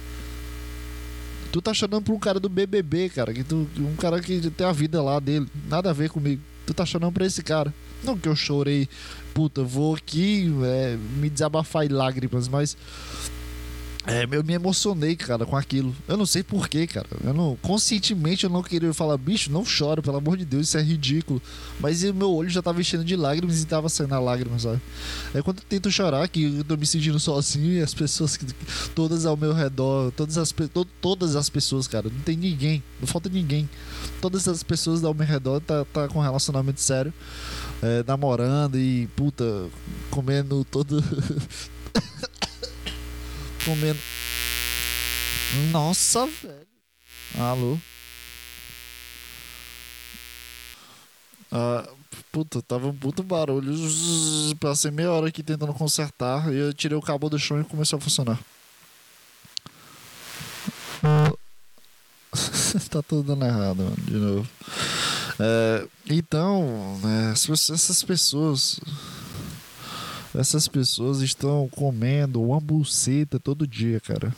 Tu tá chorando por um cara do B B B, cara, que tu, um cara que tem a vida lá dele, nada a ver comigo. Tu tá chorando pra esse cara. Não que eu chorei, puta, vou aqui é, me desabafar em lágrimas, mas... É, eu me emocionei, cara, com aquilo. Eu não sei porquê, cara. Eu não, conscientemente eu não queria falar, bicho, não choro, pelo amor de Deus, isso é ridículo. Mas o meu olho já tava enchendo de lágrimas e tava saindo a lágrima, sabe? Aí quando eu tento chorar, que eu tô me sentindo sozinho e as pessoas, que, todas ao meu redor, todas as, to, todas as pessoas, cara, não tem ninguém, não falta ninguém. Todas as pessoas ao meu redor tá, tá com um relacionamento sério, é, namorando e, puta, comendo todo. Comendo. Nossa, velho. Alô? Ah, puta, tava um puto barulho. Zzz, passei meia hora aqui tentando consertar. E eu tirei o cabo do chão e começou a funcionar. Tá tudo dando errado, mano, de novo. É, então, né, essas pessoas. Essas pessoas estão comendo uma buceta todo dia, cara.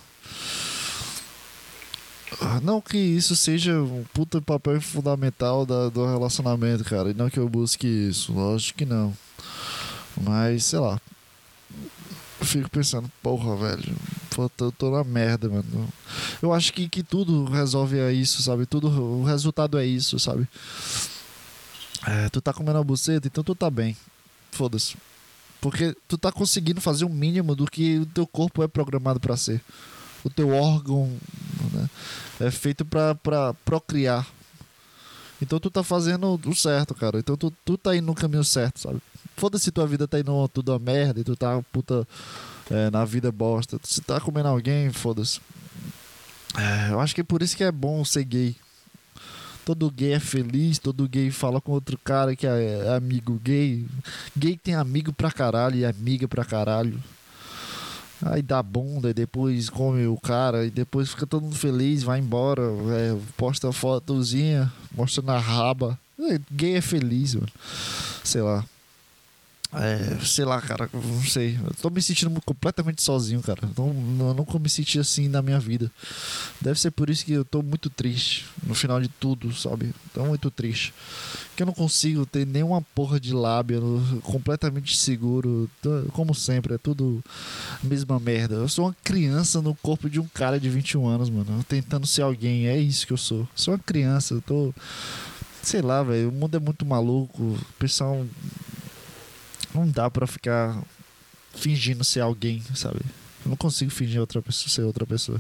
Não que isso seja um puta papel fundamental da, do relacionamento, cara. E não que eu busque isso, lógico que não. Mas, sei lá. Eu fico pensando, porra, velho. Pô, tô, tô na merda, mano. Eu acho que, que tudo resolve a isso, sabe? Tudo, o resultado é isso, sabe? É, tu tá comendo a buceta, então tu tá bem. Foda-se. Porque tu tá conseguindo fazer o mínimo do que o teu corpo é programado pra ser. O teu órgão, né, é feito pra, pra procriar. Então tu tá fazendo o certo, cara. Então tu, tu tá indo no caminho certo, sabe? Foda-se tua vida tá indo tudo a merda e tu tá puta é, na vida bosta. Se tá comendo alguém, foda-se. É, eu acho que é por isso que é bom ser gay. Todo gay é feliz, todo gay fala com outro cara que é amigo gay. Gay tem amigo pra caralho e amiga pra caralho. Aí dá bunda e depois come o cara e depois fica todo mundo feliz, vai embora, é, posta fotozinha, mostrando a raba. É, gay é feliz, mano. Sei lá. É, sei lá, cara, não sei. Eu tô me sentindo completamente sozinho, cara. Não, eu nunca me senti assim na minha vida. Deve ser por isso que eu tô muito triste no final de tudo, sabe? Tô muito triste. Que eu não consigo ter nenhuma porra de lábia, completamente seguro. Tô, como sempre, é tudo a mesma merda. Eu sou uma criança no corpo de um cara de vinte e um anos, mano. Tentando ser alguém. É isso que eu sou. Sou uma criança, eu tô. Sei lá, velho. O mundo é muito maluco. O pessoal. Não dá pra ficar fingindo ser alguém, sabe? Eu não consigo fingir outra pessoa, ser outra pessoa.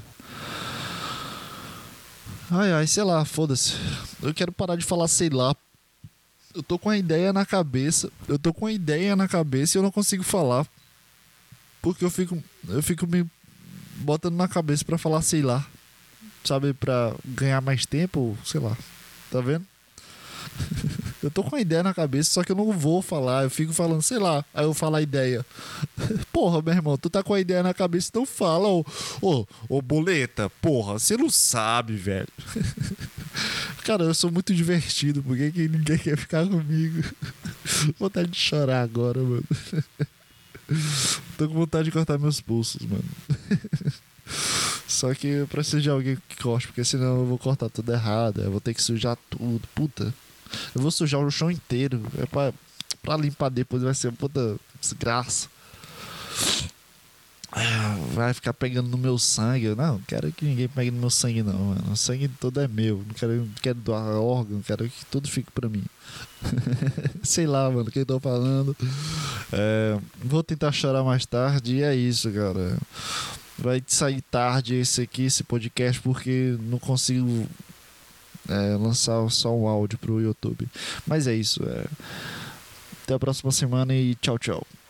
Ai, ai, sei lá, foda-se. Eu quero parar de falar sei lá. Eu tô com a ideia na cabeça. Eu tô com a ideia na cabeça e eu não consigo falar. Porque eu fico, eu fico me botando na cabeça pra falar, sei lá. Sabe, pra ganhar mais tempo, sei lá. Tá vendo? Eu tô com a ideia na cabeça, só que eu não vou falar. Eu fico falando, sei lá. Aí eu falo a ideia. Porra, meu irmão, tu tá com a ideia na cabeça, então fala, ô, ô, ô boleta. Porra, você não sabe, velho. Cara, eu sou muito divertido. Por que, que ninguém quer ficar comigo? Vontade de chorar agora, mano. Tô com vontade de cortar meus pulsos, mano. Só que eu preciso de alguém que corte, porque senão eu vou cortar tudo errado. Eu vou ter que sujar tudo. Puta. Eu vou sujar o chão inteiro. É pra, pra limpar depois vai ser puta desgraça. Vai ficar pegando no meu sangue. Eu não quero que ninguém pegue no meu sangue, não, mano. O sangue todo é meu. Não quero, não quero doar órgão. Quero que tudo fique pra mim. Sei lá, mano, o que eu tô falando. É, vou tentar chorar mais tarde. E é isso, cara. Vai sair tarde esse aqui, esse podcast, porque não consigo é, lançar só um áudio pro YouTube. Mas é isso. É. Até a próxima semana e tchau, tchau.